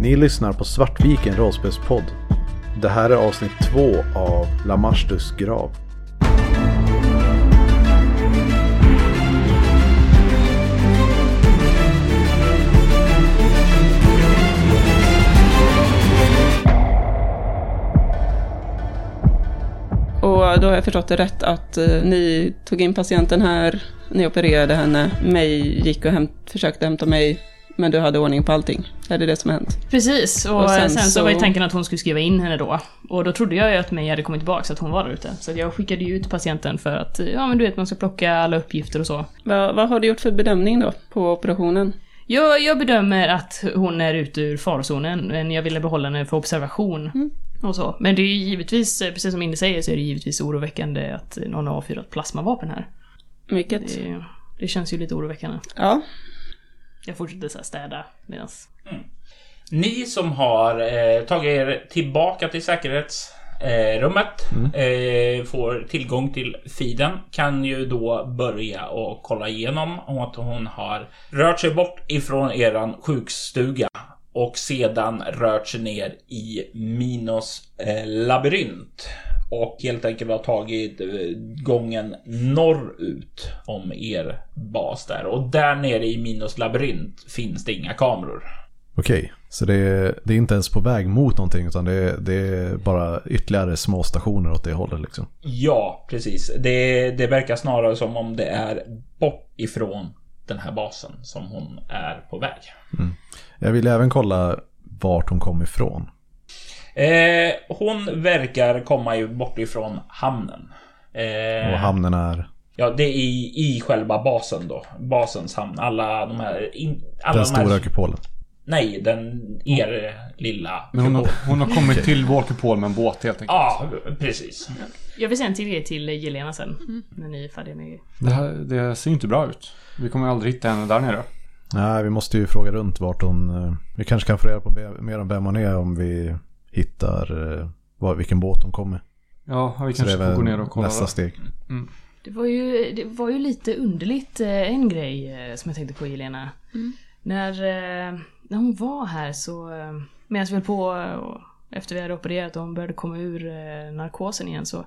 Ni lyssnar på Svartviken rollspelspodd. Det här är avsnitt 2 av Lamastus grav. Och då har jag förstått det rätt att ni tog in patienten här, ni opererade henne, mig gick och försökte hämta mig, men du hade ordning på allting. Är det som har hänt? Precis, och sen så var ju tanken att hon skulle skriva in henne då. Och då trodde jag ju att mig hade kommit tillbaka så att hon var där ute. Så jag skickade ju ut patienten för att, ja men du vet, man ska plocka alla uppgifter och så. Vad har du gjort för bedömning då på operationen? Jag bedömer att hon är ute ur farozonen, men jag ville behålla henne för observation. Och så. Men det är ju givetvis, precis som Indy säger, så är det givetvis oroväckande att någon har avfyrat plasmavapen här. Mycket. Det känns ju lite oroväckande. Ja. Jag fortsätter så här städa medans. Ni som har tagit er tillbaka till säkerhetsrummet får tillgång till feeden, kan ju då börja och kolla igenom om att hon har rört sig bort ifrån eran sjukstuga och sedan rört sig ner i Minos labyrint och helt enkelt har tagit gången norrut om er bas där. Och där nere i Minos labyrint finns det inga kameror. Okej, så det är inte ens på väg mot någonting, utan det är bara ytterligare små stationer åt det hållet liksom. Ja, precis. Det verkar snarare som om det är bort ifrån den här basen som hon är på väg. Jag vill även kolla vart hon kom ifrån. Hon verkar komma ju bort ifrån hamnen. Och hamnen är? Ja, det är i själva basen då. Basens hamn. Alla de här... den stora kupolen? Nej, den lilla men hon har kommit till vår kupol med en båt helt enkelt. Ja, precis. Jag vill säga en till grej till Jelena sen. När ni är färdiga med det ser inte bra ut. Vi kommer aldrig hitta henne där nere. Nej, vi måste ju fråga runt vart hon... Vi kanske kan få reda på mer om vem hon är om vi hittar vilken båt hon kommer. Ja, vi kanske får gå ner och kolla. Nästa steg. Det var ju lite underligt en grej som jag tänkte på, Jelena. När hon var här så... Medan vi höll på efter vi hade opererat och hon började komma ur narkosen igen, så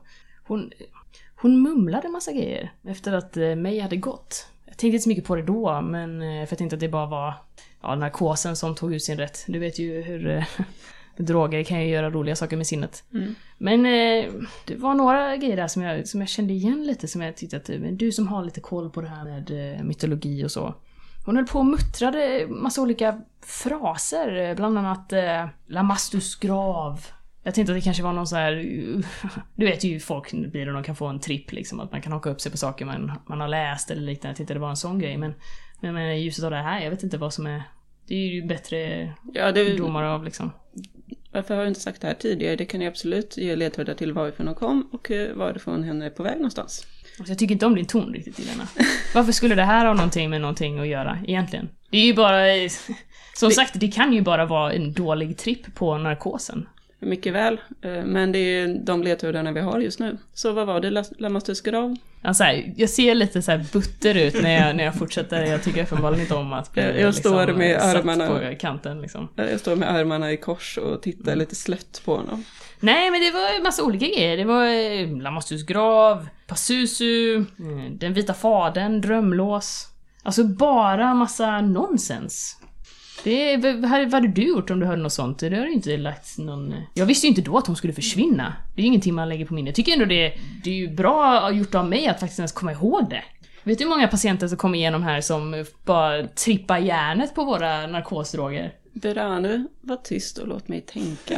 hon mumlade massa grejer efter att mig hade gått. Jag tänkte inte så mycket på det då, men för jag tänkte att det bara var narkosen som tog ut sin rätt. Du vet ju hur droger kan ju göra roliga saker med sinnet. Men det var några grejer där som jag kände igen lite, som jag tyckte att du som har lite koll på det här med mytologi och så. Hon höll på och muttrade massa olika fraser, bland annat Lamastus grav. Jag tänkte att det kanske var någon så här... Du vet ju folk blir det, de kan få en tripp liksom, att man kan haka upp sig på saker man har läst eller liknande. Jag tänkte att det var en sån grej, men i ljuset av det här, jag vet inte vad som är... Det är ju bättre domar av liksom. Varför har du inte sagt det här tidigare? Det kan jag absolut ge ledtrådar till varifrån hon kom och varifrån hon är på väg någonstans. Jag tycker inte om din ton riktigt, Jelena. Varför skulle det här ha någonting med någonting att göra egentligen? Det är ju bara... Som sagt, det kan ju bara vara en dålig tripp på narkosen. Mycket väl, men det är de ledtrådarna vi har just nu. Så vad var det, Lamastus grav? Alltså, jag ser lite så här butter ut när jag fortsätter. Jag tycker uppenbarligen inte om att bli jag står liksom, med armarna på kanten liksom. Jag står med armarna i kors och tittar lite slött på honom. Nej, men det var en massa olika grejer. Det var Lamastus grav, Pazuzu, den vita fadern, drömlås. Alltså bara massa nonsens. Vad hade du gjort om du hörde något sånt? Det har ju inte lagt någon... Jag visste ju inte då att hon skulle försvinna. Det är ju ingenting man lägger på minne. Jag tycker ändå det är ju bra gjort av mig att faktiskt ens komma ihåg det. Vet du hur många patienter som kommer igenom här som bara trippar hjärnet på våra narkosdroger? Beranu, var tyst och låt mig tänka.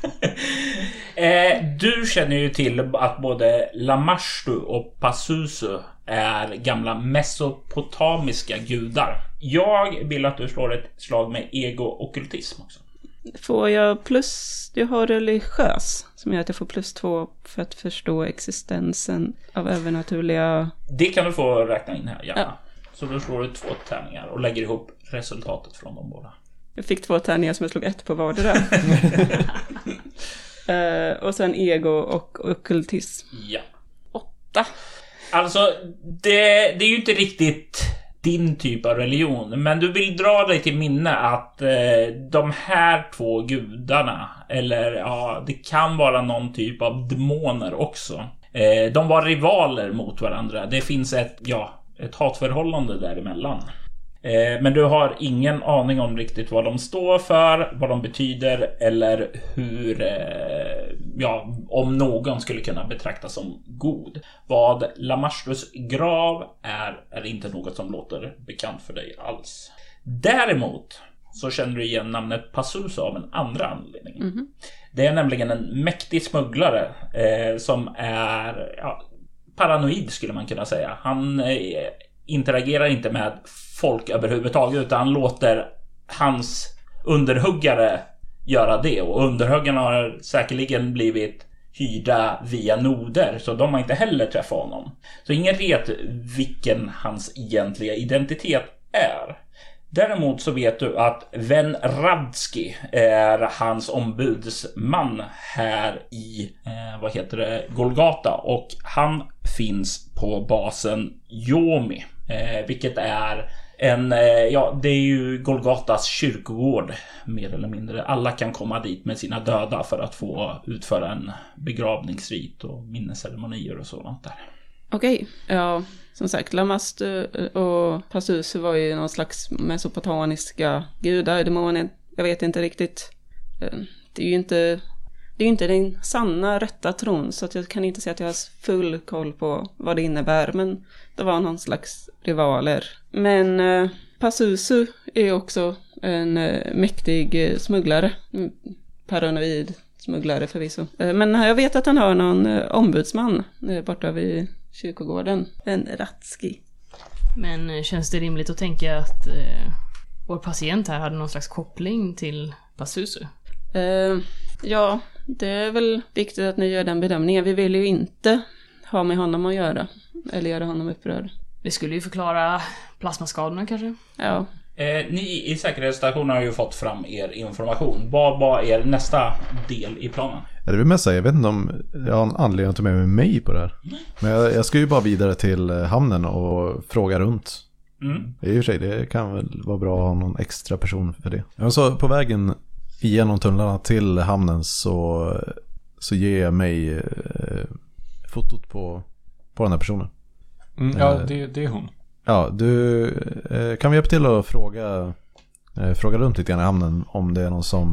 Du känner ju till att både Lamashtu och Pazuzu är gamla mesopotamiska gudar. Jag vill att du slår ett slag med ego-okkultism också. Får jag plus? Jag har religiös som gör att jag får +2 för att förstå existensen av övernaturliga... Det kan du få räkna in här, ja. Så då slår du 2 tärningar och lägger ihop resultatet från de båda. Jag fick 2 tärningar som jag slog 1 på vardera. Och sen ego och okkultism. Ja. 8. Alltså, det är ju inte riktigt din typ av religion. Men du vill dra dig till minne att de här två gudarna, eller ja, det kan vara någon typ av demoner också. De var rivaler mot varandra. Det finns ett hatförhållande däremellan. Men du har ingen aning om riktigt vad de står för, vad de betyder eller hur, om någon skulle kunna betraktas som god. Vad Lamastus grav är inte något som låter bekant för dig alls. Däremot så känner du igen namnet Pazuzu av en andra anledning. Mm-hmm. Det är nämligen en mäktig smugglare som är paranoid skulle man kunna säga. Han interagerar inte med folk överhuvudtaget utan han låter hans underhuggare göra det. Och underhuggarna har säkerligen blivit hyrda via noder, så de har inte heller träffat honom. Så ingen vet vilken hans egentliga identitet är. Däremot så vet du att Ven Radski är hans ombudsman här i Golgata, och han finns på basen Yomi, vilket är det är ju Golgatas kyrkogård mer eller mindre. Alla kan komma dit med sina döda för att få utföra en begravningsrit och minnesceremonier och sådant där. Okej, ja, som sagt, Lamastu och Pazuzu var ju någon slags mesopotamiska gudar, demoner, jag vet inte riktigt. Det är ju inte den sanna rätta tron, så att jag kan inte säga att jag har full koll på vad det innebär, men det var någon slags rivaler. Men Pazuzu är också en mäktig smugglare, paranoid smugglare förvisso. Men jag vet att han har någon ombudsman borta vid kyrkogården, en Ratski. Men känns det rimligt att tänka att vår patient här hade någon slags koppling till Pazuzu? Ja, det är väl viktigt att ni gör den bedömningen. Vi vill ju inte ha med honom att göra, eller göra honom upprörd. Det skulle ju förklara plasmaskadorna kanske. Ja. Ni i säkerhetsstationen har ju fått fram er information. Vad är nästa del i planen? Det vill jag säga, jag vet inte om jag har en anledning att ta med mig på det här. Men jag ska ju bara vidare till hamnen och fråga runt. I och för sig, det kan väl vara bra att ha någon extra person för det. Jag så på vägen genom tunnlarna till hamnen så ger jag mig fotot på den här personen. Det är hon. Ja, du kan vi hjälpa till att fråga runt lite grann i hamnen om det är någon som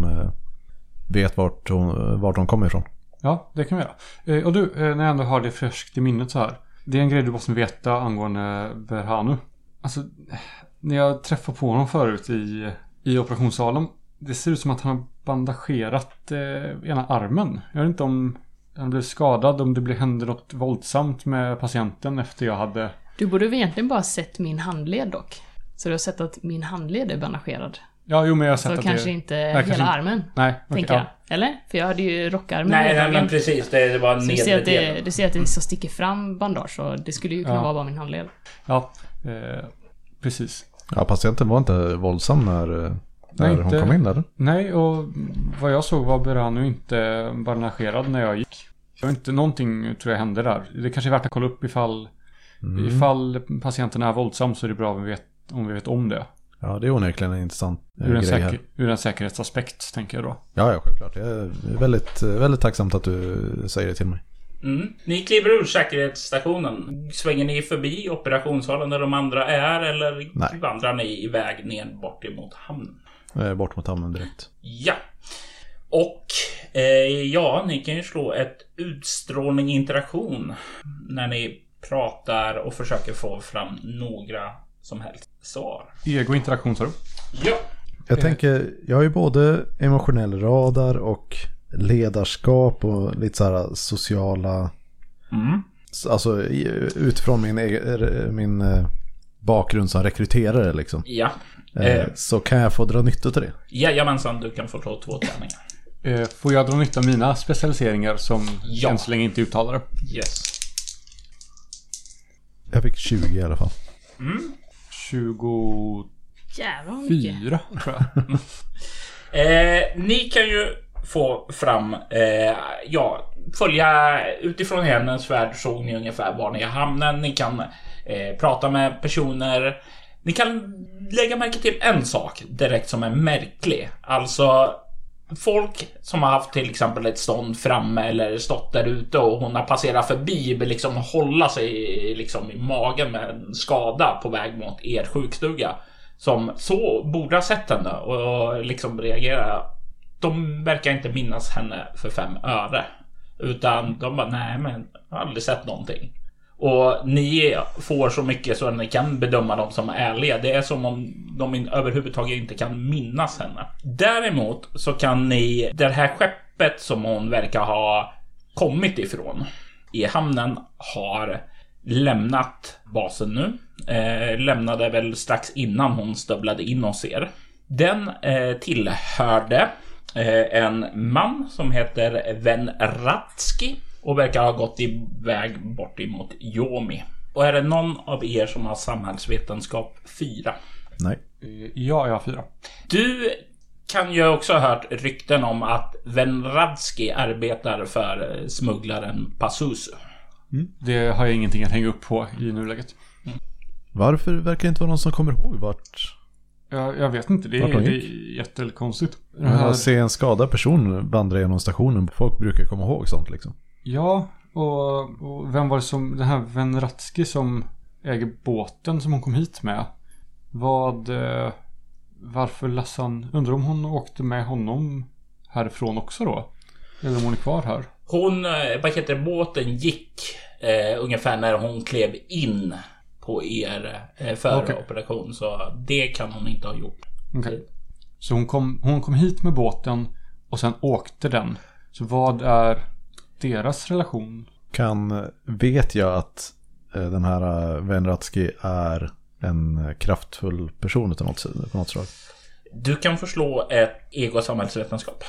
vet vart hon kommer ifrån. Ja, det kan vi göra. Och du, när jag ändå har det färskt i minnet så här. Det är en grej du måste veta angående Berhanu. Alltså, när jag träffade på honom förut i operationssalen, det ser ut som att han har bandagerat ena armen. Jag vet inte om han blev skadad, om det hände något våldsamt med patienten efter jag hade... Du borde egentligen bara sett min handled dock. Så du har sett att min handled är bandagerad. Ja, jo, men jag har sett så att kanske inte hela armen. Nej, tänker jag. Eller? För jag hade ju rockarmen. Nej, men precis. Det var en nedre del. Du ser att det så sticker fram bandage, och det skulle ju kunna vara bara min handled. Ja, precis. Ja, patienten var inte våldsam när hon kom in där. Nej, och vad jag såg var Berhanu inte bandagerad när jag gick. Det var inte någonting, tror jag, hände där. Det kanske är värt att kolla upp ifall patienten är våldsam, så är det bra om vi vet om det. Ja, det är onekligen en intressant grej här. Ur en säkerhetsaspekt, tänker jag då. Ja, självklart. Jag är väldigt, väldigt tacksamt att du säger det till mig. Ni kliver ur säkerhetsstationen. Svänger ni förbi operationssalen där de andra är, eller vandrar ni iväg ner bort emot hamnen? Bort mot hamnen direkt. Ja. Och ni kan ju slå ett utstrålning interaktion när ni pratar och försöker få fram några som helst svar. Ego-interaktion, sa du? Ja. Jag tänker, jag har ju både emotionell radar och ledarskap och lite så här sociala... Alltså utifrån min bakgrund som rekryterare liksom. Ja. Så kan jag få dra nytta till det? Jajamensan, du kan få ta 2 tärningar. Får jag dra nytta av mina specialiseringar som än så länge inte uttalade? Yes. Jag fick 20 i alla fall. 24 tror jag. Ni kan ju få fram följa utifrån hennes värld, såg ni ungefär var ni är hamnen. Ni kan prata med personer. Ni kan lägga märke till en sak direkt som är märklig. Alltså, folk som har haft till exempel ett stånd framme eller stått där ute och hon har passerat förbi, liksom hålla sig liksom i magen med en skada på väg mot er sjukstuga, som så borde ha sett henne och liksom reagera. De verkar inte minnas henne för 5 öre. Utan de bara, nej men jag har aldrig sett någonting. Och ni får så mycket så att ni kan bedöma dem som ärliga. Det är som om de överhuvudtaget inte kan minnas henne. Däremot så kan ni, det här skeppet som hon verkar ha kommit ifrån i hamnen har lämnat basen nu. Lämnade väl strax innan hon stövlade in hos er. Den tillhörde en man som heter Venratski och verkar ha gått iväg bort emot Yomi. Och är det någon av er som har samhällsvetenskap 4? Nej. Ja, jag har 4. Du kan ju också ha hört rykten om att Venratski arbetar för smugglaren Pazuzu. Det har jag ingenting att hänga upp på i nuläget. Varför verkar det inte vara någon som kommer ihåg vart... Jag vet inte, det är jättekonstigt. Jag ser en skadad person vandra genom stationen. Folk brukar komma ihåg sånt liksom. Ja, och vem var det som... Den här Venratski som äger båten som hon kom hit med. Varför Lassan... Undrar om hon åkte med honom härifrån också då? Eller om hon är kvar här? Hon, båten gick ungefär när hon klev in på er föroperation. Så det kan hon inte ha gjort. Okay. Så hon kom hit med båten och sen åkte den. Så vad är deras relation? Vet jag att den här Venratski är en kraftfull person på något slag? Du kan förslå ett ego-samhällsvetenskap.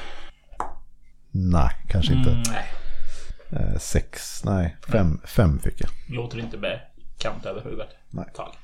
Nej, kanske inte. Nej. 6, nej. 5 fick jag. Låter inte bekant över huvudet. Nej. Taget.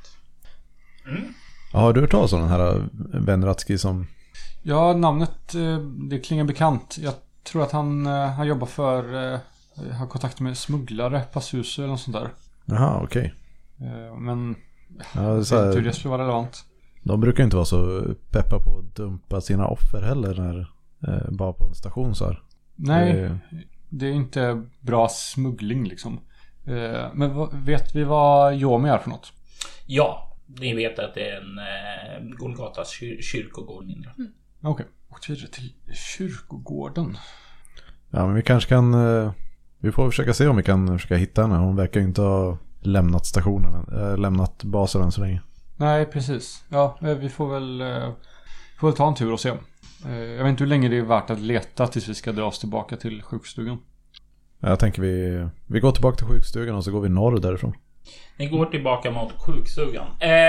Ja, har du hört talas om den här Venratski som... Ja, namnet det klingar bekant. Jag tror att han jobbar för har kontakt med smugglare, Pazuzu eller något sånt där. Jaha, okej. Men ja, så här, hur det skulle vara relevant. De brukar inte vara så peppa på att dumpa sina offer heller när bara på en station så här. Nej, det är inte bra smuggling liksom. Men vet vi vad Yomi är för något? Ja, ni vet att det är en Golgatas kyrkogård mindre. Okej, och vidare till kyrkogården. Ja, men vi kanske kan... vi får försöka se om vi kan försöka hitta henne. Hon verkar ju inte ha lämnat stationen, lämnat basen än så länge. Nej, precis. Ja, vi får väl ta en tur och se. Jag vet inte hur länge det är värt att leta tills vi ska dra oss tillbaka till sjukstugan. Jag tänker vi går tillbaka till sjukstugan och så går vi norr därifrån. Ni går tillbaka mot sjukstugan.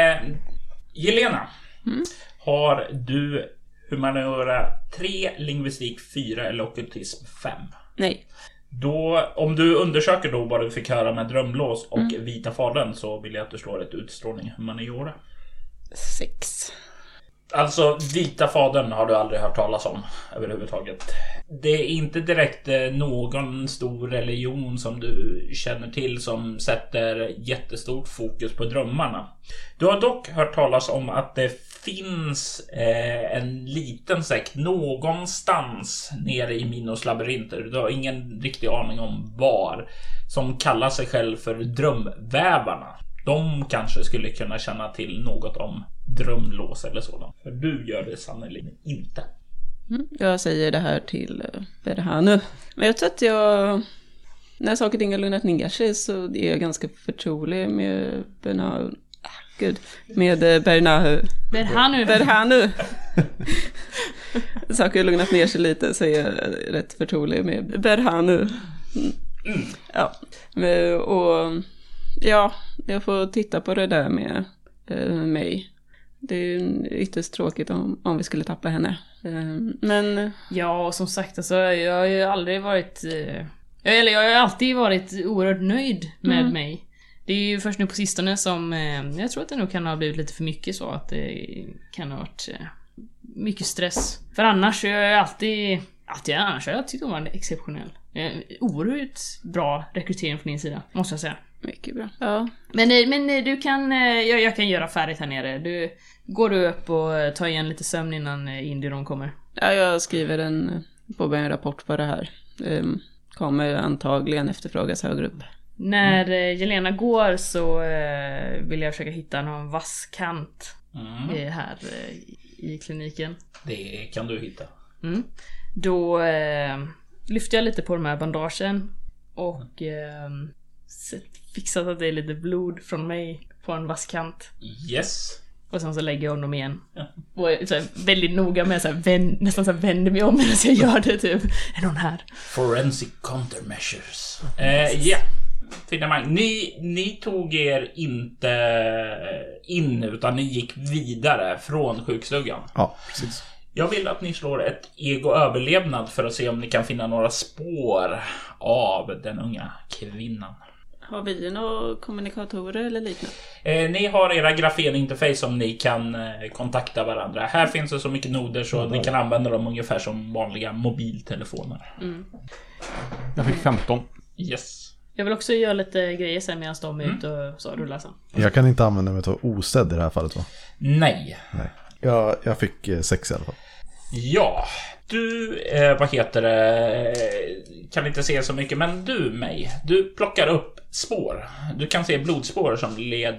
Jelena, har du humaniora 3, lingvistik 4 eller ockultism 5? Nej. Då, om du undersöker då vad du fick höra med drömlås och vita fadern, så vill jag att du slår ett utstrålning humaniora. 6. Alltså, vita fadern har du aldrig hört talas om överhuvudtaget. Det är inte direkt någon stor religion som du känner till som sätter jättestort fokus på drömmarna. Du har dock hört talas om att det finns en liten sekt någonstans nere i Minos labyrinter. Du har ingen riktig aning om var, som kallar sig själv för drömvävarna. De kanske skulle kunna känna till något om drömlås eller sådant. För du gör det sannolikt inte. Jag säger det här till Berhanu. Men jag tror att när saker och ting har lugnat ner sig så är jag ganska förtrolig med Berhanu. Berhanu. Saker har lugnat ner sig lite så är jag rätt förtrolig med Berhanu. Ja. Och ja, jag får titta på det där med mig. Det är ytterst tråkigt om vi skulle tappa henne. Men... Ja, och som sagt, alltså, jag har ju aldrig varit... jag har alltid varit oerhört nöjd med mig. Det är ju först nu på sistone som... jag tror att det nog kan ha blivit lite för mycket så. Att det kan ha varit mycket stress. För annars är jag alltid... Annars har jag tyckt hon var exceptionell. Oerhört bra rekrytering från din sida, måste jag säga. Mycket bra. Ja. Men du kan, jag kan göra färdigt här nere. Du går upp och tar igen lite sömn innan Indy de kommer. Ja, jag skriver en rapport på det här. Kommer antagligen efterfrågas högre upp. När Jelena går så vill jag försöka hitta någon vasskant här i kliniken. Det kan du hitta. Då lyfter jag lite på de här bandagen och fixar så att det är lite blod från mig på en vasskant. Yes. Och sen så lägger jag om dem igen. Ja. Och så här, väldigt noga med så här, nästan så här vänder mig om medan jag gör det typ. Är någon här? Forensic countermeasures. Ja. Ni tog er inte in utan ni gick vidare från sjukstugan. Ja, precis. Jag vill att ni slår ett ego-överlevnad för att se om ni kan finna några spår av den unga kvinnan. Har vi några kommunikatorer eller liknande? Ni har era grafeninterface som ni kan kontakta varandra. Här finns det så mycket noder så ni kan använda dem ungefär som vanliga mobiltelefoner. Jag fick 15. Yes. Jag vill också göra lite grejer sen medan de är ute och så rullar sen. Jag kan inte använda mig av osedd i det här fallet, va? Nej. Jag fick 6 i alla fall. Ja, du, kan inte se så mycket, men du plockar upp spår. Du kan se blodspår som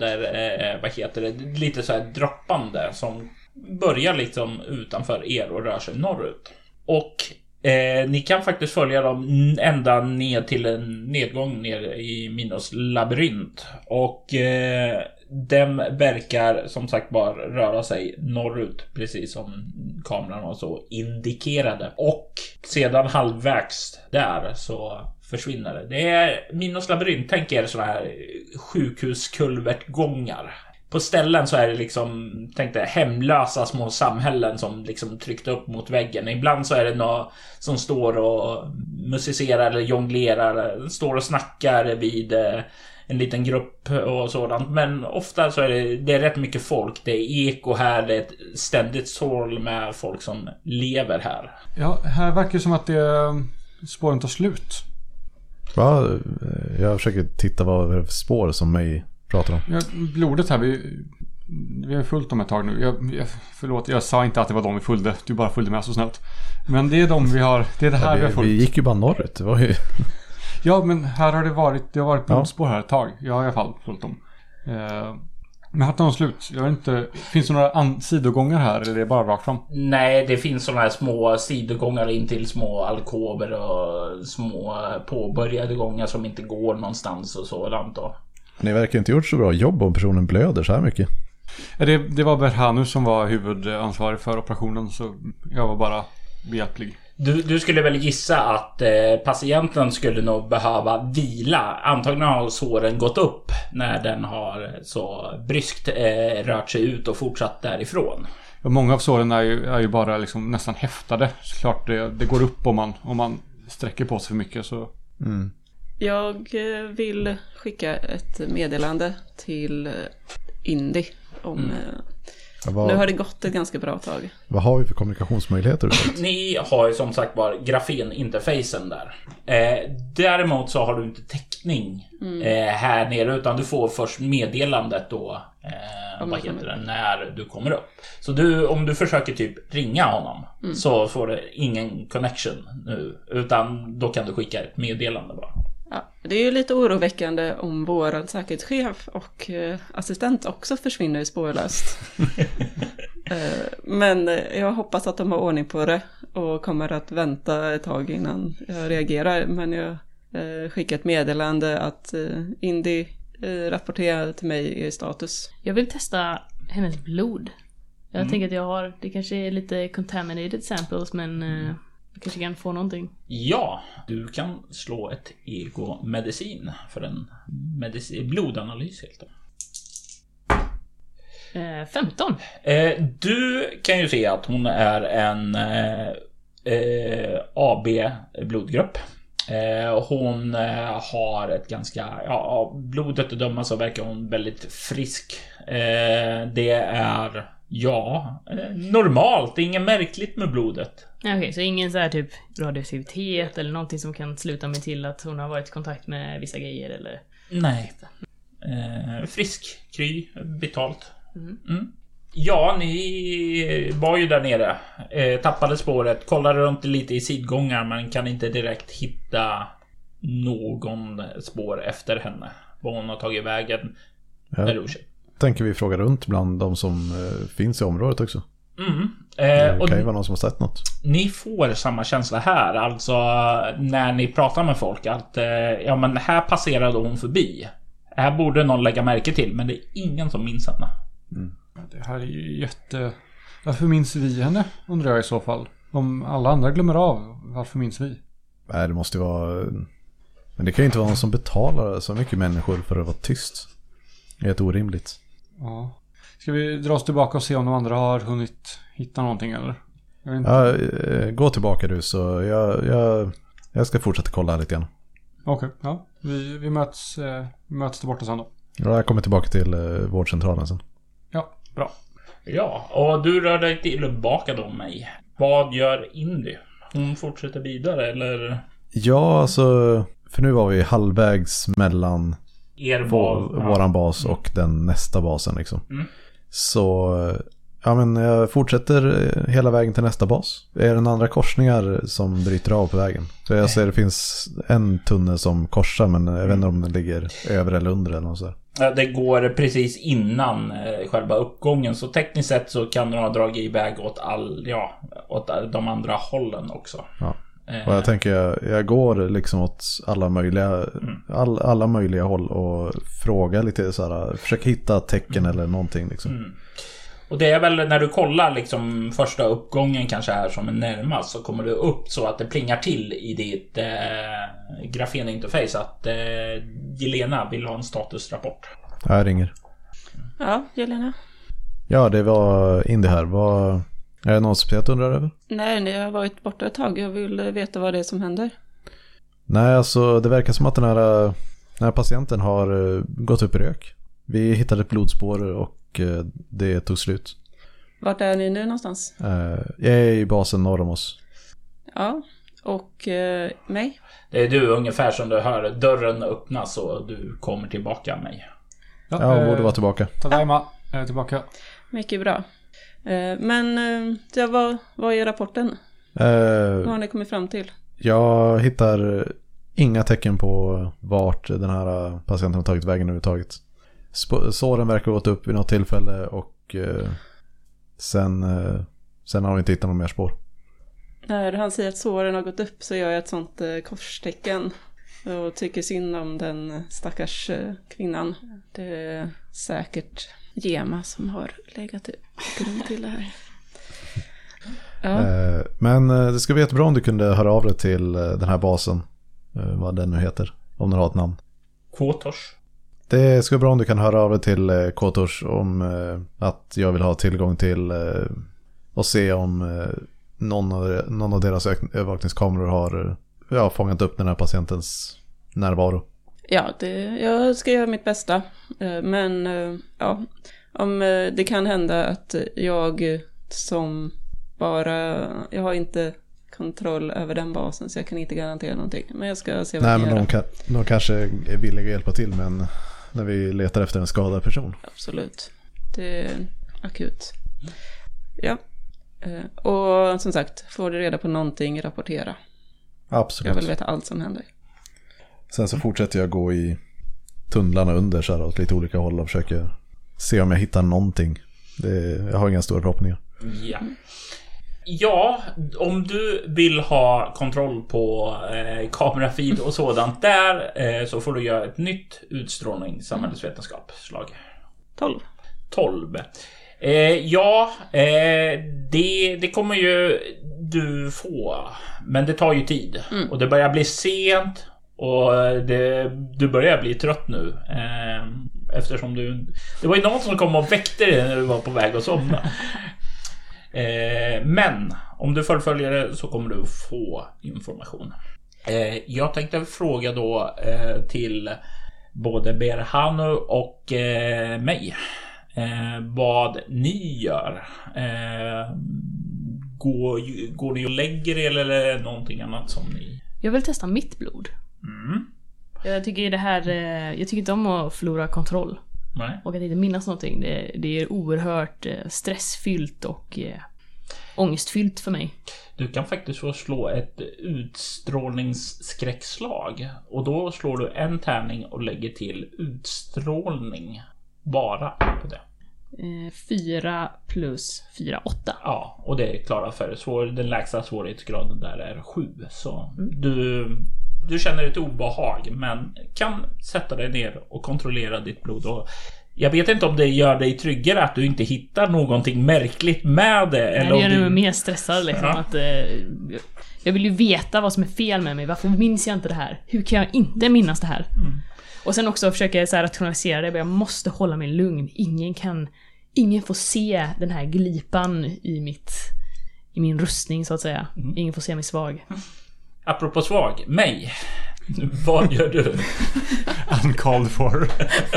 leder, lite så här droppande som börjar liksom utanför er och rör sig norrut. Och ni kan faktiskt följa dem ända ner till en nedgång ner i Minos labyrint. Och den verkar som sagt bara röra sig norrut, precis som kameran och så indikerade. Och sedan halvvägs där så försvinner det. Det är Minos labyrint, tänk er sådana här sjukhuskulvertgångar. På ställen så är det liksom, tänk dig, hemlösa små samhällen som liksom tryckt upp mot väggen. Ibland så är det någon som står och musicerar eller jonglerar, står och snackar vid en liten grupp och sådant. Men ofta så är det är rätt mycket folk. Det är eko här, det är ett ständigt sål med folk som lever här. Ja, här verkar det som att spåren tar slut. Ja, jag försöker titta vad det är för spår som mig pratar om. Ja, blodet här, vi har följt dem ett tag nu. Förlåt, jag sa inte att det var de vi följde. Du bara följde med så snällt. Men det är de vi har, det är det här vi har följt. Vi gick ju bara norrut, det var ju... Ja, men här har det har varit blodspår här ett tag. Jag har i alla fall följt dem. Men har de slut? Jag vet inte, finns det några sidogångar här eller är det bara rakt fram? Nej, det finns sådana här små sidogångar in till små alkover och små påbörjade gångar som inte går någonstans och sådant då. Ni verkar inte gjort så bra jobb om personen blöder så här mycket. Det var Berhanu som var huvudansvarig för operationen, så jag var bara behjälplig. Du skulle väl gissa att patienten skulle nog behöva vila. Antagligen har såren gått upp när den har så bryskt rört sig ut och fortsatt därifrån. Ja, många av såren är ju bara liksom nästan häftade. Såklart det går upp om man sträcker på sig för mycket så... Mm. Jag vill skicka ett meddelande till Indy om... Nu har det gått ett ganska bra tag. Vad har vi för kommunikationsmöjligheter? Ni har ju som sagt bara grafeninterfacen där. Däremot så har du inte täckning här nere, utan du får först meddelandet då när du kommer upp. Så om du försöker typ ringa honom så får du ingen connection nu, utan då kan du skicka ett meddelande bara. Ja, det är ju lite oroväckande om vår säkerhetschef och assistent också försvinner spårlöst. Men jag hoppas att de har ordning på det och kommer att vänta ett tag innan jag reagerar. Men jag skickar ett meddelande att Indy rapporterar till mig i status. Jag vill testa hennes blod. Jag tänker att det kanske är lite contaminated samples, men... Du kanske kan få någonting. Ja, du kan slå ett ego-medicin för en blodanalys helt enkelt. 15. Du kan ju se att hon är en AB-blodgrupp. Hon har ett ganska... blodet att döma så verkar hon väldigt frisk. Det är... normalt. Inget märkligt med blodet. Okej, så ingen så här typ radioaktivitet eller någonting som kan sluta mig till att hon har varit i kontakt med vissa grejer eller... Nej. Frisk, kry, betalt. Mm. Ja, ni var ju där nere. Tappade spåret, kollade runt lite i sidgångar men kan inte direkt hitta någon spår efter henne. Vad hon har tagit vägen. Tänker vi fråga runt bland de som finns i området också. Och kan ju vara någon som har sett något. Ni får samma känsla här. Alltså när ni pratar med folk att ja men här passerade hon förbi. Här borde någon lägga märke till. Men det är ingen som minns henne. Det här är ju jätte... Varför minns vi henne, undrar jag i så fall. Om alla andra glömmer av, varför minns vi? Nej, det måste ju vara... Men det kan ju inte vara någon som betalar så mycket människor för att vara tyst. Det är helt orimligt. Ja. Ska vi dra oss tillbaka och se om de andra har hunnit hitta någonting eller? Ja, gå tillbaka du, så jag ska fortsätta kolla lite grann. Okej, ja. Vi möts där borta sen då. Ja, jag kommer tillbaka till vårdcentralen sen. Ja, bra. Ja, och du rör dig tillbaka då mig. Vad gör Indy? Hon fortsätter vidare eller? Ja, alltså, för nu var vi halvvägs mellan våran bas och den nästa basen liksom. Så ja, men jag fortsätter hela vägen till nästa bas. Är det andra korsningar som bryter av på vägen? För jag ser det finns en tunnel som korsar, men jag vet inte om den ligger över eller under eller något så. Det går precis innan själva uppgången, så tekniskt sett så kan den ha dragit iväg åt de andra hållen också. Ja. Och jag tänker jag går liksom åt alla möjliga håll och frågar lite så här, försöker hitta tecken eller någonting liksom. Och det är väl när du kollar liksom första uppgången kanske här som är närmast, så kommer du upp så att det plingar till i ditt grafeninterface att Jelena vill ha en statusrapport. Jag ringer. Ja, Jelena. Ja, det var Indy här. Är det något speciellt undrar över? Nej, ni har varit borta ett tag. Jag vill veta vad det är som händer. Nej, alltså det verkar som att den här patienten har gått upp i rök. Vi hittade ett blodspår och det tog slut. Vart är ni nu någonstans? Jag är i basen norr om oss. Ja, och mig? Det är du ungefär som du hör dörren öppnas och du kommer tillbaka mig. Ja, borde vara tillbaka. Tadaima, jag är tillbaka. Mycket bra. Men vad är rapporten? Vad har ni kommit fram till? Jag hittar inga tecken på vart den här patienten har tagit vägen överhuvudtaget. Såren verkar ha gått upp vid något tillfälle och sen har vi inte hittat någon mer spår. När han säger att såren har gått upp så gör jag ett sånt korstecken och tycker synd om den stackars kvinnan. Det är säkert Gema som har legat till grund till det här. Ja. Men det skulle vara jättebra om du kunde höra av dig till den här basen, vad den nu heter, om den har ett namn. Kotors. Det skulle vara bra om du kan höra av dig till Kotors om att jag vill ha tillgång till och se om någon av deras övervakningskameror har fångat upp den här patientens närvaro. Ja, jag ska göra mitt bästa. Men om det kan hända att jag har inte kontroll över den basen, så jag kan inte garantera någonting. Men jag ska se vad jag kan göra. De kanske är villiga att hjälpa till, men när vi letar efter en skadad person. Absolut. Det är akut. Ja. Och som sagt, får du reda på någonting, rapportera. Absolut. Jag vill veta allt som händer. Sen så fortsätter jag gå i tunnlarna under så här, åt lite olika håll och försöker se om jag hittar någonting. Jag har inga stora förhoppningar. Ja, om du vill ha kontroll på kamerafeed och sådant där så får du göra ett nytt utstrålning samhällsvetenskapsslag. 12. Det kommer ju du få, men det tar ju tid och det börjar bli sent och du börjar bli trött nu eftersom det var ju någon som kom och väckte dig när du var på väg att somna. Men om du fullföljer det så kommer du få information. Jag tänkte fråga då till både Berhanu och mig vad ni gör. Går ni och lägger er eller någonting annat som ni... Jag vill testa mitt blod. Jag tycker det här, jag tycker inte om att förlora kontroll. Nej. Och att inte minnas någonting. Det är oerhört stressfyllt och ångestfyllt för mig. Du kan faktiskt få slå ett utstrålningsskräckslag. Och då slår du en tärning och lägger till utstrålning. Bara på det. 4 plus 4, 8. Ja, och det är klara för den lägsta svårighetsgraden där är 7. Så du känner ett obehag, men kan sätta dig ner och kontrollera ditt blod. Och jag vet inte om det gör dig tryggare att du inte hittar någonting märkligt med det. Eller det gör om mig mer stressad liksom. Ja. Att, jag vill ju veta vad som är fel med mig. Varför minns jag inte det här? Hur kan jag inte minnas det här? Och sen också försöka så här rationalisera det. Jag måste hålla mig lugn. Ingen får se den här glipan i min rustning så att säga. Ingen får se mig svag. Apropå svag, mig. Vad gör du? Uncalled for.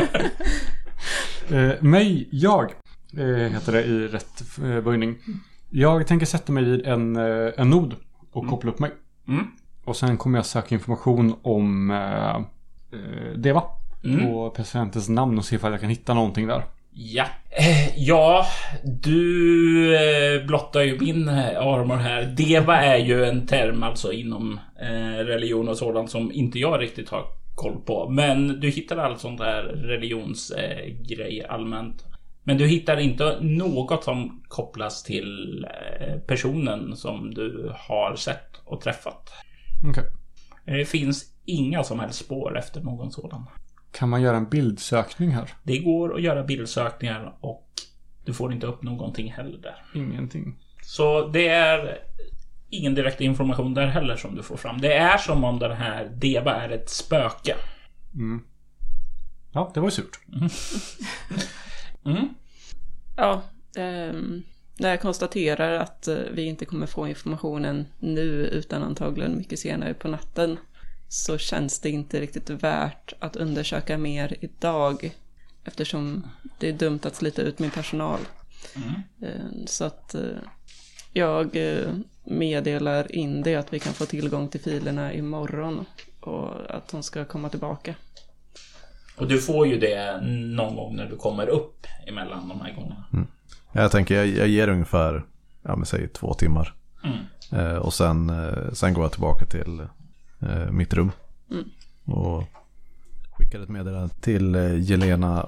Jag heter det i rätt böjning. Jag tänker sätta mig vid en nod och koppla upp mig. Och sen kommer jag söka information om Deva och patientens namn och se ifall jag kan hitta någonting där. Ja, du blottar ju min armor här. Deva är ju en term alltså inom religion och sådant som inte jag riktigt har koll på. Men du hittar allt sånt där religionsgrej allmänt. Men du hittar inte något som kopplas till personen som du har sett och träffat. Okej. Det finns inga som helst spår efter någon sådan. Kan man göra en bildsökning här? Det går att göra bildsökningar och du får inte upp någonting heller där. Ingenting. Så det är ingen direkt information där heller som du får fram. Det är som om den här Deva är ett spöke. Ja, det var ju surt. Ja, när jag konstaterar att vi inte kommer få informationen nu utan antagligen mycket senare på natten, så känns det inte riktigt värt att undersöka mer idag, eftersom det är dumt att slita ut min personal. Så att jag meddelar in det att vi kan få tillgång till filerna imorgon och att hon ska komma tillbaka. Och du får ju det någon gång när du kommer upp emellan de här gångerna. Jag tänker jag ger ungefär säg 2 timmar. Och sen går jag tillbaka till mitt rum och skickar ett meddelande till Jelena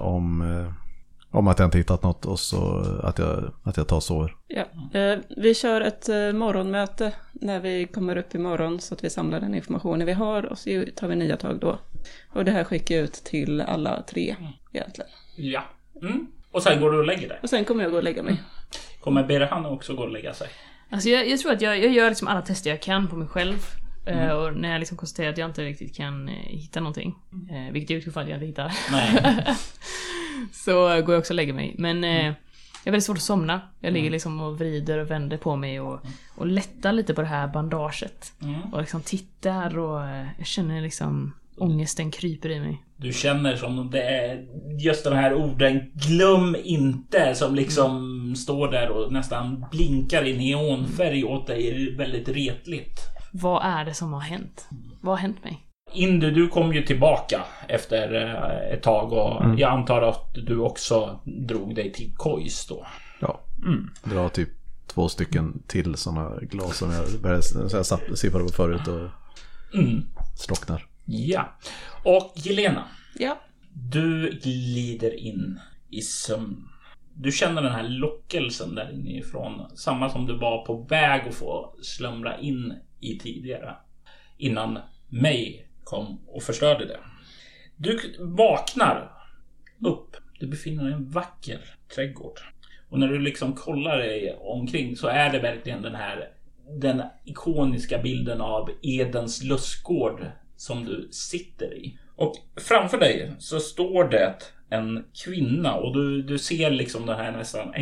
om att jag inte hittat något och så att jag tar och sover. Ja. Vi kör ett morgonmöte när vi kommer upp imorgon så att vi samlar den informationen vi har och så tar vi nya tag då. Och det här skickar jag ut till alla 3 egentligen. Ja. Och sen går du och lägger dig. Och sen kommer jag gå och lägga mig. Kommer Berhan också gå och lägga sig? Alltså jag tror att jag gör liksom alla tester jag kan på mig själv. Och när jag liksom konstaterar att jag inte riktigt kan hitta någonting, vilket jag utgår från att jag inte hittar. Nej. Så går jag också och lägger mig. Men jag är väldigt svårt att somna. Jag ligger liksom och vrider och vänder på mig och lättar lite på det här bandaget. Och liksom tittar och jag känner liksom ångesten kryper i mig. Du känner som det är just den här orden glöm inte som liksom står där och nästan blinkar i neonfärg åt dig väldigt retligt. Vad är det som har hänt? Vad har hänt mig? Indu, du kom ju tillbaka efter ett tag och jag antar att du också drog dig till Kois då. Ja, det var typ 2 stycken till sådana glas som jag började siffra på förut och slocknar. Ja, och Jelena. Ja. Du glider in i sömn. Du känner den här lockelsen där inifrån. Samma som du var på väg att få slumra in i tidigare. Innan mig kom och förstörde det. Du vaknar upp. Du befinner dig i en vacker trädgård. Och när du liksom kollar dig omkring så är det verkligen den ikoniska bilden av Edens lustgård som du sitter i. Och framför dig så står det en kvinna och du ser liksom det här nästan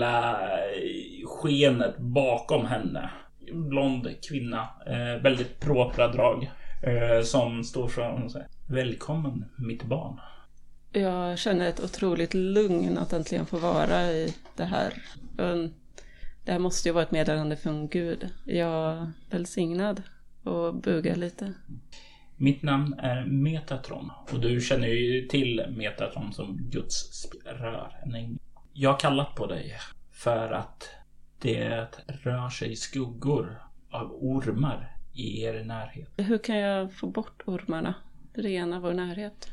änglaskenet bakom henne. Blond kvinna, väldigt propra drag, som står fram och säger: välkommen mitt barn. Jag känner ett otroligt lugn att äntligen få vara i det här. Det här måste ju vara ett meddelande från Gud. Jag är välsignad och bugar lite. Mitt namn är Metatron och du känner ju till Metatron som Guds rör. Jag har kallat på dig för att det rör sig skuggor av ormar i er närhet. Hur kan jag få bort ormarna? Rena vår närhet.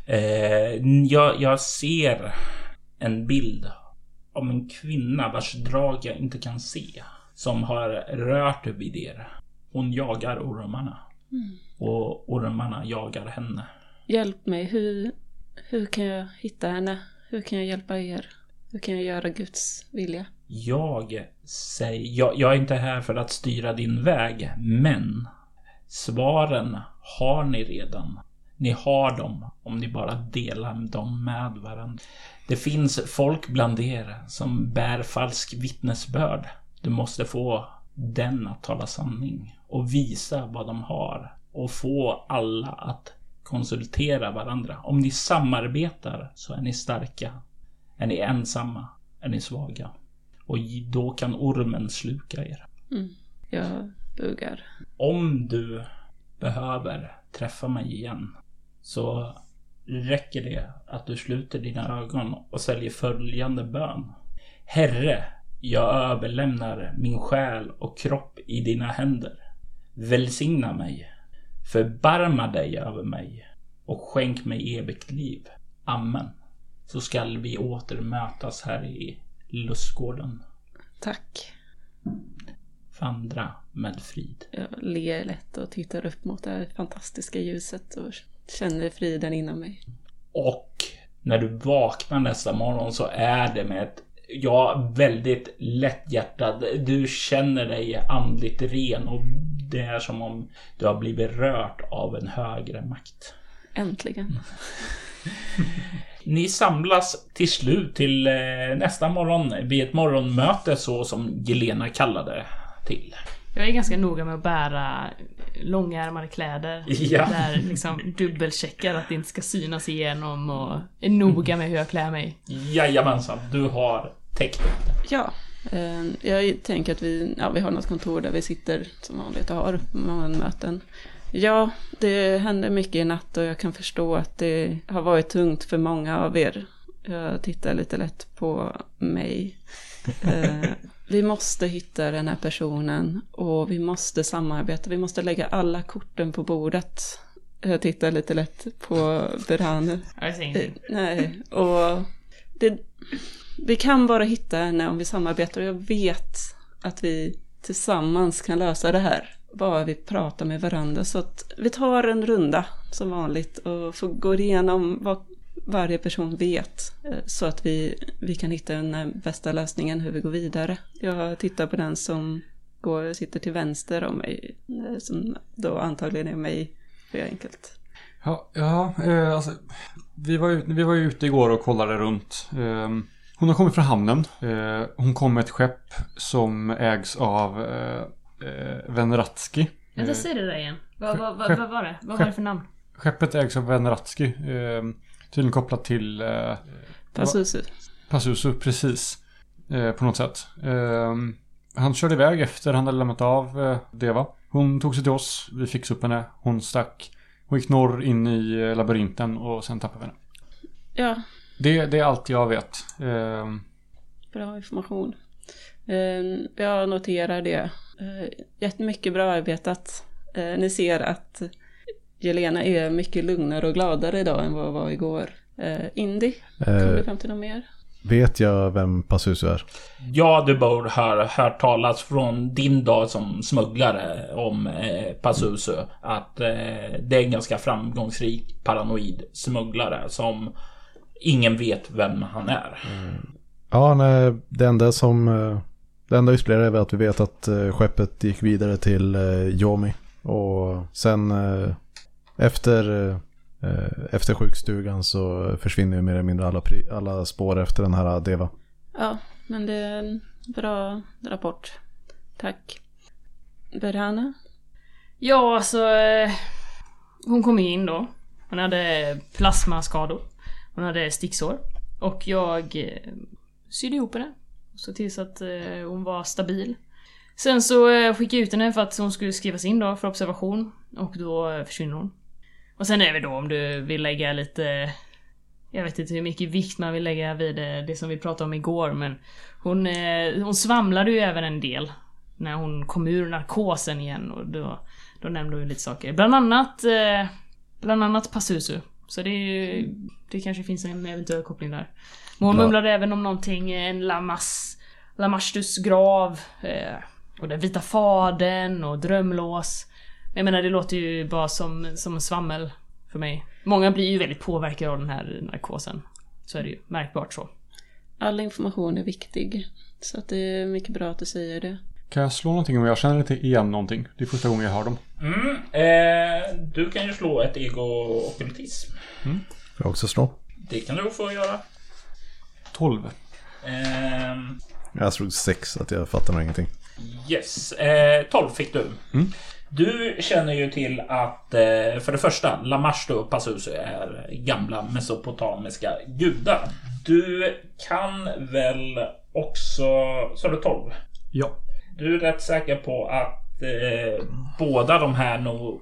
Jag ser en bild om en kvinna vars drag jag inte kan se. Som har rört vid er. Hon jagar ormarna. Och ormarna jagar henne. Hjälp mig. Hur kan jag hitta henne? Hur kan jag hjälpa er? Hur kan jag göra Guds vilja? Jag är inte här för att styra din väg. Men svaren har ni redan. Ni har dem om ni bara delar dem med varandra. Det finns folk bland er som bär falsk vittnesbörd. Du måste få den att tala sanning och visa vad de har och få alla att konsultera varandra. Om ni samarbetar så är ni starka. Är ni ensamma är ni svaga. Och då kan ormen sluka er. Jag bugar. Om du behöver träffa mig igen så räcker det att du sluter dina ögon och säljer följande bön. Herre, jag överlämnar min själ och kropp i dina händer. Välsigna mig, förbarma dig över mig och skänk mig evigt liv. Amen. Så skall vi åter mötas här i lustgården. Tack. Vandra med frid. Jag ler lätt och tittar upp mot det här fantastiska ljuset och känner friden inom mig. Och när du vaknar nästa morgon så är det med ett väldigt lätthjärtad. Du känner dig andligt ren och det är som om du har blivit rört av en högre makt. Äntligen. Ni samlas till slut till nästa morgon vid ett morgonmöte så som Jelena kallade till. Jag är ganska noga med att bära långärmade kläder. Ja. Där liksom dubbelcheckar att det inte ska synas igenom och är noga med hur jag klär mig. Jajamensan, du har täckt upp det. Ja, jag tänker att vi har något kontor där vi sitter som vanligt och har morgonmöten. Ja, det händer mycket i natt och jag kan förstå att det har varit tungt för många av er. Jag tittar lite lätt på mig. Vi måste hitta den här personen och vi måste samarbeta. Vi måste lägga alla korten på bordet. Jag tittar lite lätt på Berhanu. Nej, och vi kan bara hitta henne om vi samarbetar och jag vet att vi tillsammans kan lösa det här. Bara vi pratar med varandra så att vi tar en runda som vanligt och får gå igenom vad varje person vet så att vi kan hitta den bästa lösningen hur vi går vidare. Jag tittar på den som sitter till vänster om mig som då antagligen är mig för enkelt. Alltså, vi var ju ute igår och kollade runt. Hon har kommit från hamnen. Hon kom med ett skepp som ägs av Venratski. Jag ser det där igen. Vad var det? Vad var det för namn? Skeppet ägs av Venratski. Tydligen kopplat till Pazuzu, precis. På något sätt. Han körde iväg efter han hade lämnat av Deva. Hon tog sig till oss. Vi fixade upp henne. Hon stack. Hon gick norr in i labyrinten och sen tappade vi henne. Ja. Det är allt jag vet. Bra information. Jag noterar det. Jättemycket bra arbetat. Ni ser att Jelena är mycket lugnare och gladare idag än vad var igår. Indy, kom du fram till något mer? Vet jag vem Pazuzu är? Ja, du bör ha hört talas från din dag som smugglare om Pazuzu. Att det är en ganska framgångsrik paranoid smugglare som ingen vet vem han är. Ja, nej, det enda vi spelar är att vi vet att skeppet gick vidare till Yomi. Och sen efter sjukstugan så försvinner ju mer eller mindre alla spår efter den här Deva. Ja, men det är en bra rapport. Tack. Berhanu? Ja, alltså hon kom in då. Hon hade plasmaskador. Hon hade sticksår. Och jag sydde ihop henne. Så tills att hon var stabil. Sen så skickade jag ut henne för att hon skulle skrivas in då för observation. Och då försvinner hon. Och sen är det då om du vill lägga lite... Jag vet inte hur mycket vikt man vill lägga vid det som vi pratade om igår, men hon svamlade ju även en del när hon kom ur narkosen igen, och då nämnde hon ju lite saker. Bland annat Pazuzu. Så det kanske finns en eventuell koppling där. Men hon mumlade även om någonting, en Lamashtus grav, och den vita fadern och drömlås. Jag menar, det låter ju bara som en svammel för mig. Många blir ju väldigt påverkade av den här narkosen. Så är det ju märkbart så. All information är viktig. Så att det är mycket bra att du säger det. Kan jag slå någonting om jag känner inte igen någonting? Det är första gången jag hör dem. Du kan ju slå ett ego-okkultism. Får jag också slå? Det kan du få göra. 12. Jag slog 6, att jag fattar nog ingenting. Yes, 12 fick du. Du känner ju till att för det första, Lamashtu och Pazuzu är gamla mesopotamiska gudar. Du kan väl också... Så är det 12? Ja. Du är rätt säker på att båda de här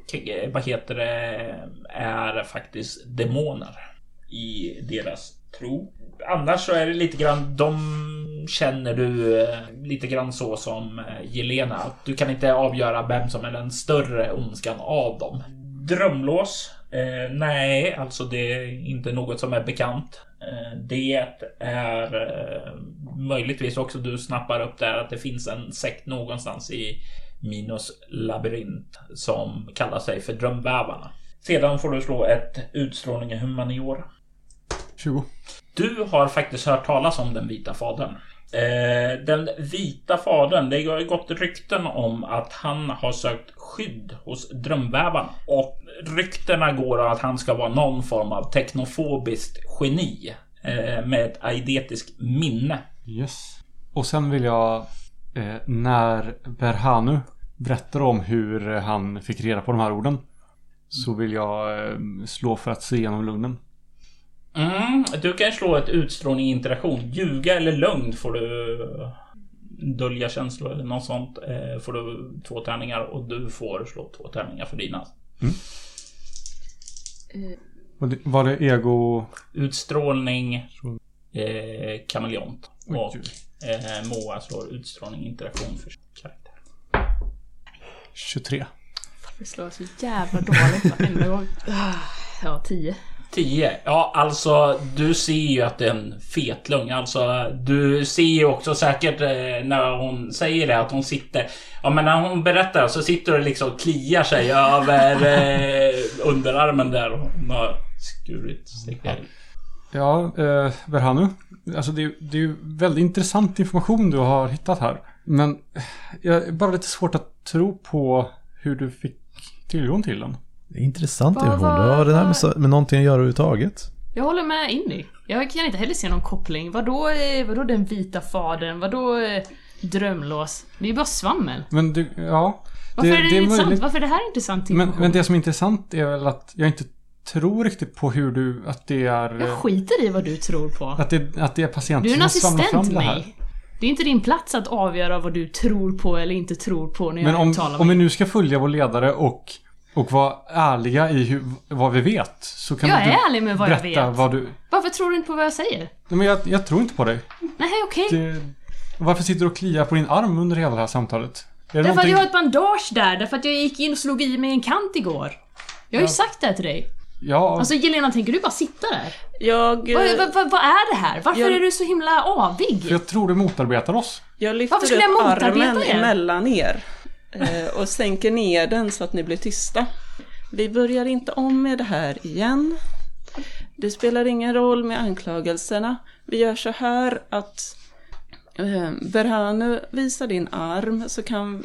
är faktiskt demoner i deras tro. Annars så är det lite grann, de känner du lite grann så som Jelena. Du kan inte avgöra vem som är den större ondskan av dem. Drömlås? Nej, alltså det är inte något som är bekant. Det är möjligtvis också du snappar upp där att det finns en sekt någonstans i Minos labyrint som kallar sig för drömvävarna. Sedan får du slå ett utstrålning i humaniora. 20. Du har faktiskt hört talas om den vita fadern. Den vita fadern, det har gått rykten om att han har sökt skydd hos drömvävarna. Och ryktena går att han ska vara någon form av teknofobiskt geni med ett eidetiskt minne. Yes. Och sen vill jag, när Berhanu berättar om hur han fick reda på de här orden, så vill jag slå för att se igenom lugnen. Du kan slå ett utstrålning i interaktion. Ljuga eller lögn får du, dölja känslor eller något sånt, får du 2 tärningar, och du får slå 2 tärningar för dina. Var det ego? Utstrålning, kameleont. Och Moa slår utstrålning interaktion för karaktär. 23. Det slår så jävla dåligt varenda gång. Ja, 10. 10. Ja, alltså du ser ju att det är en fet lögn. Alltså du ser ju också säkert när hon säger det att hon sitter... Ja, men när hon berättar så sitter det liksom och kliar sig över underarmen där. Och hon har skurit sig. Ja, Berhanu. Alltså det är ju väldigt intressant information du har hittat här. Men jag är bara lite svårt att tro på hur du fick tillgång till den. Det är intressant information. Det har det där med någonting att göra överhuvudtaget. Jag håller med Indy. Jag kan inte heller se någon koppling. Vadå den vita fadern? Vadå drömlås? Det är ju bara svammel. Men du, ja. Varför är det intressant? Möjligt. Varför är det här intressant information? Men det som är intressant är väl att jag inte tror riktigt på hur du, att det är... Jag skiter i vad du tror på. Att det är patienter du är en som assistent till mig. Det är inte din plats att avgöra vad du tror på eller inte tror på när jag talar med. Men om vi nu ska följa vår ledare och vara ärliga i vad vi vet, så kan jag du är ärlig med vad jag vet. Varför tror du inte på vad jag säger? Nej, men jag tror inte på dig. Nej, okej. Varför sitter du och kliar på din arm under hela det här samtalet? Därför att jag har ett bandage där. Därför att jag gick in och slog i mig en kant igår. Jag har ju sagt det till dig. Ja. Alltså Jelena, tänker du bara sitta där? Vad är det här? Varför är du så himla avig? För jag tror du motarbetar oss. Jag lyfter upp armen emellan er och sänker ner den så att ni blir tysta. Vi börjar inte om med det här igen. Det spelar ingen roll med anklagelserna. Vi gör så här att Berhanu visar din arm, så kan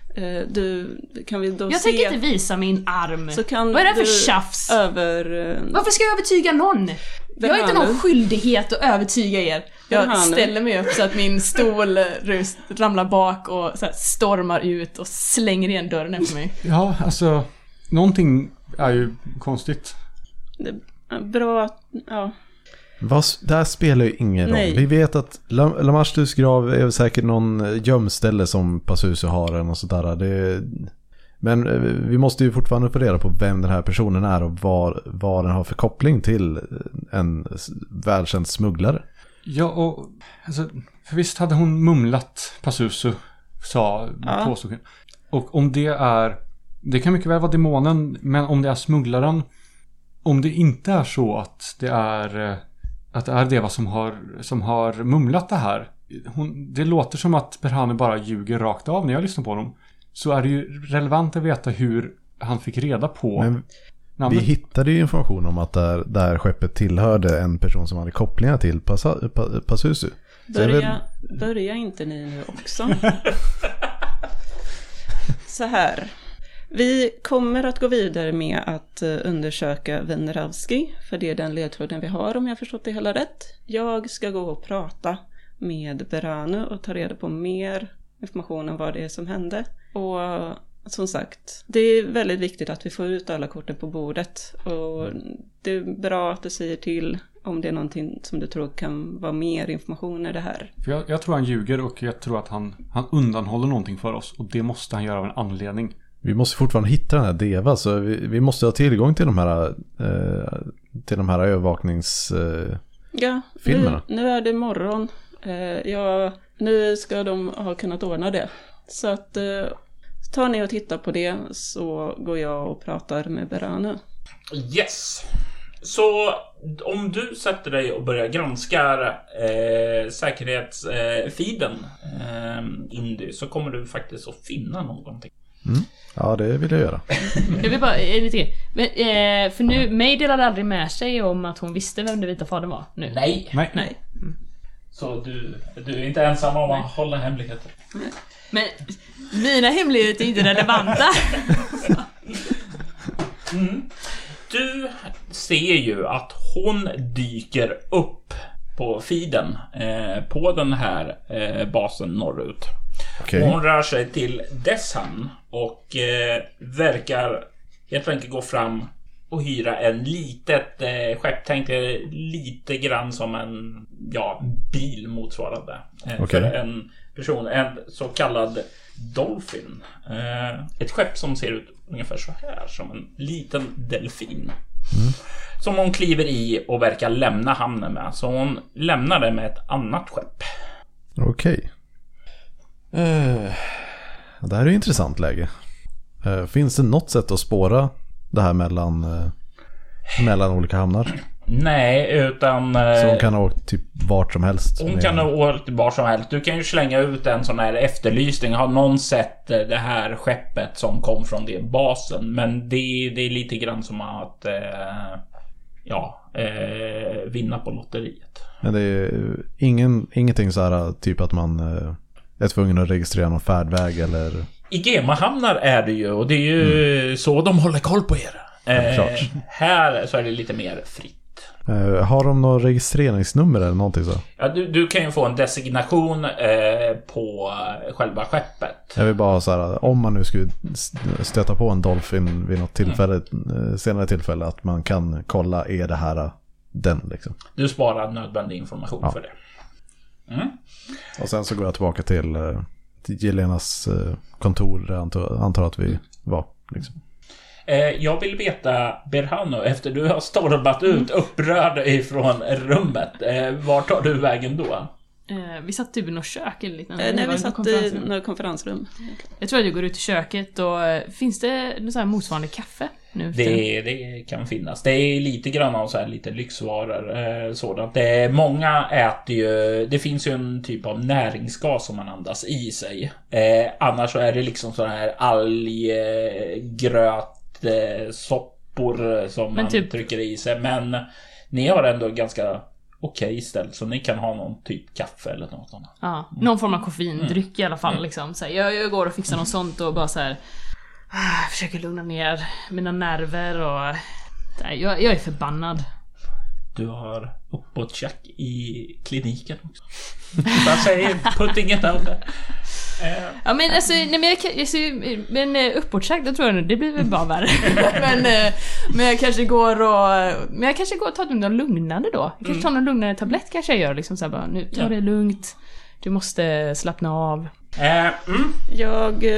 vi då jag tänker inte visa min arm. Så kan vad är det för tjafs? Varför ska jag övertyga någon? Jag har inte någon skyldighet att övertyga er. Jag ställer mig upp så att min stol ramlar bak och så här stormar ut och slänger igen dörren efter mig. Ja, alltså någonting är ju konstigt. Det är bra att, ja. Där spelar ju ingen roll. Vi vet att Lamashtus grav är säkert någon gömställe som Pazuzu har eller något sådär. Men vi måste ju fortfarande få reda på vem den här personen är och vad den har för koppling till en välkänd smugglare. Ja, och alltså, för visst hade hon mumlat Pazuzu, sa påstod. Och om det kan mycket väl vara demonen, men om det är smugglaren, om det inte är så att det är Deva som har mumlat det här. Det låter som att Berhanu bara ljuger rakt av när jag lyssnar på honom. Så är det ju relevant att veta hur han fick reda på. Men vi hittade ju information om att det här skeppet tillhörde en person som hade kopplingar till Pazuzu. Börja inte ni nu också. Så här. Vi kommer att gå vidare med att undersöka Veneravski, för det är den ledtråden vi har, om jag förstått det hela rätt. Jag ska gå och prata med Berhanu och ta reda på mer information om vad det är som hände. Och som sagt, det är väldigt viktigt att vi får ut alla korten på bordet. Och det är bra att du säger till om det är någonting som du tror kan vara mer information i det här. För jag tror han ljuger, och jag tror att han undanhåller någonting för oss. Och det måste han göra av en anledning. Vi måste fortfarande hitta den här Deva, så vi måste ha tillgång till de här övervakningsfilmerna. Nu är det morgon. Nu ska de ha kunnat ordna det. Så att tar ni och tittar på det, så går jag och pratar med Berhanu. Yes. Så om du sätter dig och börjar granska säkerhetsfeeden Indy, så kommer du faktiskt att finna någonting. Ja, det vill jag göra. Jag vill bara lite för nu, May delade aldrig med sig om att hon visste vem den vita fadern var nu. Nej. Så du är inte ensam om att hålla hemligheter. Nej. Men mina hemligheter är inte relevanta. Du ser ju att hon dyker upp på feeden på den här basen norrut. Okay. Hon rör sig till dess hamn och verkar helt enkelt gå fram och hyra en litet skepp. Tänkte lite grann som en bil motsvarande för en person, en så kallad Dolphin. Ett skepp som ser ut ungefär så här, som en liten delfin. Som hon kliver i och verkar lämna hamnen med. Så hon lämnar det med ett annat skepp. Okej. Det här är ett intressant läge. Finns det något sätt att spåra det här mellan olika hamnar? Nej, utan... Så hon kan ha åkt typ vart som helst? Hon kan ha åkt vart som helst. Du kan ju slänga ut en sån här efterlysning. Har någon sett det här skeppet som kom från det basen? Men det är lite grann som att vinna på lotteriet. Men det är ingenting så här typ att man är tvungen att registrera någon färdväg eller... I Gema-hamnar är det ju, och det är ju så de håller koll på er. Här så är det lite mer fritt. Har de något registreringsnummer eller någonting så? Ja, du kan ju få en designation på själva skeppet. Jag vill bara så här, om man nu skulle stöta på en Dolphin vid något tillfälle, senare tillfälle, att man kan kolla, är det här den liksom? Du sparar nödvändig information för det. Och sen så går jag tillbaka till Jelenas kontor, där jag antar att vi var liksom. Jag vill veta, Berhanu, efter du har stormat ut upprörd ifrån rummet, var tar du vägen då? Vi satt typ i något kök eller liknande. Nej, vi satt i något konferensrum. Jag tror att jag går ut i köket, och finns det något så här motsvarande kaffe nu? Det kan finnas. Det är lite grann av så här lite lyxvaror sådant. Många äter ju, det finns ju en typ av näringsgas som man andas i sig. Annars så är det liksom så här alggröt soppor som man typ trycker i sig. Men ni har ändå ganska okej ställt, så ni kan ha någon typ kaffe eller något annat. Ja, någon form av koffeindryck i alla fall liksom. Så här, jag går och fixar något sånt och bara så här försöker lugna ner mina nerver och jag är förbannad. Du har uppåtcheck i kliniken också. Jag säger putting it out there. Ja, men alltså, men uppåtcheck, då tror jag det blir väl bara värre. men jag kanske går och tar någon lugnande då. Jag kanske tar någon lugnande tablett, kanske jag gör liksom så här, bara, nu ta det lugnt. Du måste slappna av.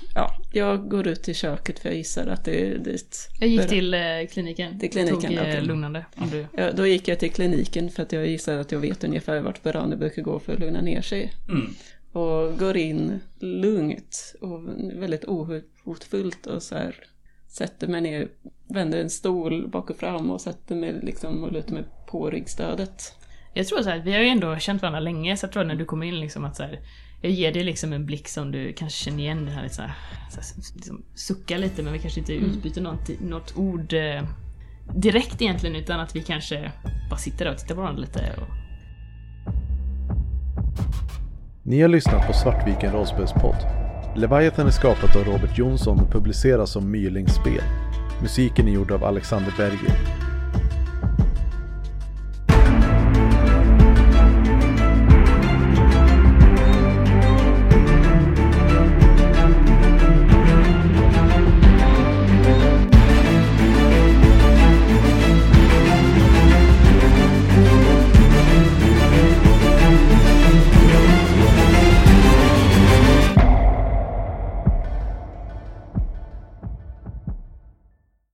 jag går ut till köket för jag gissar att det är dit. Jag gick till kliniken. Till kliniken, tog okay. Lugnande. Om du... Ja, då gick jag till kliniken för att jag gissar att jag vet ungefär vart Berhanu brukar gå för att lugna ner sig. Och går in lugnt och väldigt ohotfullt och så här sätter mig ner, vänder en stol bak och fram och sätter mig liksom och lutar mig på ryggstödet. Jag tror så här, vi har ju ändå känt varandra länge, så jag tror när du kommer in liksom att så här, jag ger dig liksom en blick som du kanske känner igen, den här lite så här liksom suckar lite, men vi kanske inte utbyter något ord direkt egentligen, utan att vi kanske bara sitter där och tittar på varandra lite. Ni har lyssnat på Svartviken rollspelspodd. Leviathan är skapat av Robert Jonsson och publiceras som Mylingspel. Musiken är gjord av Alexander Berger.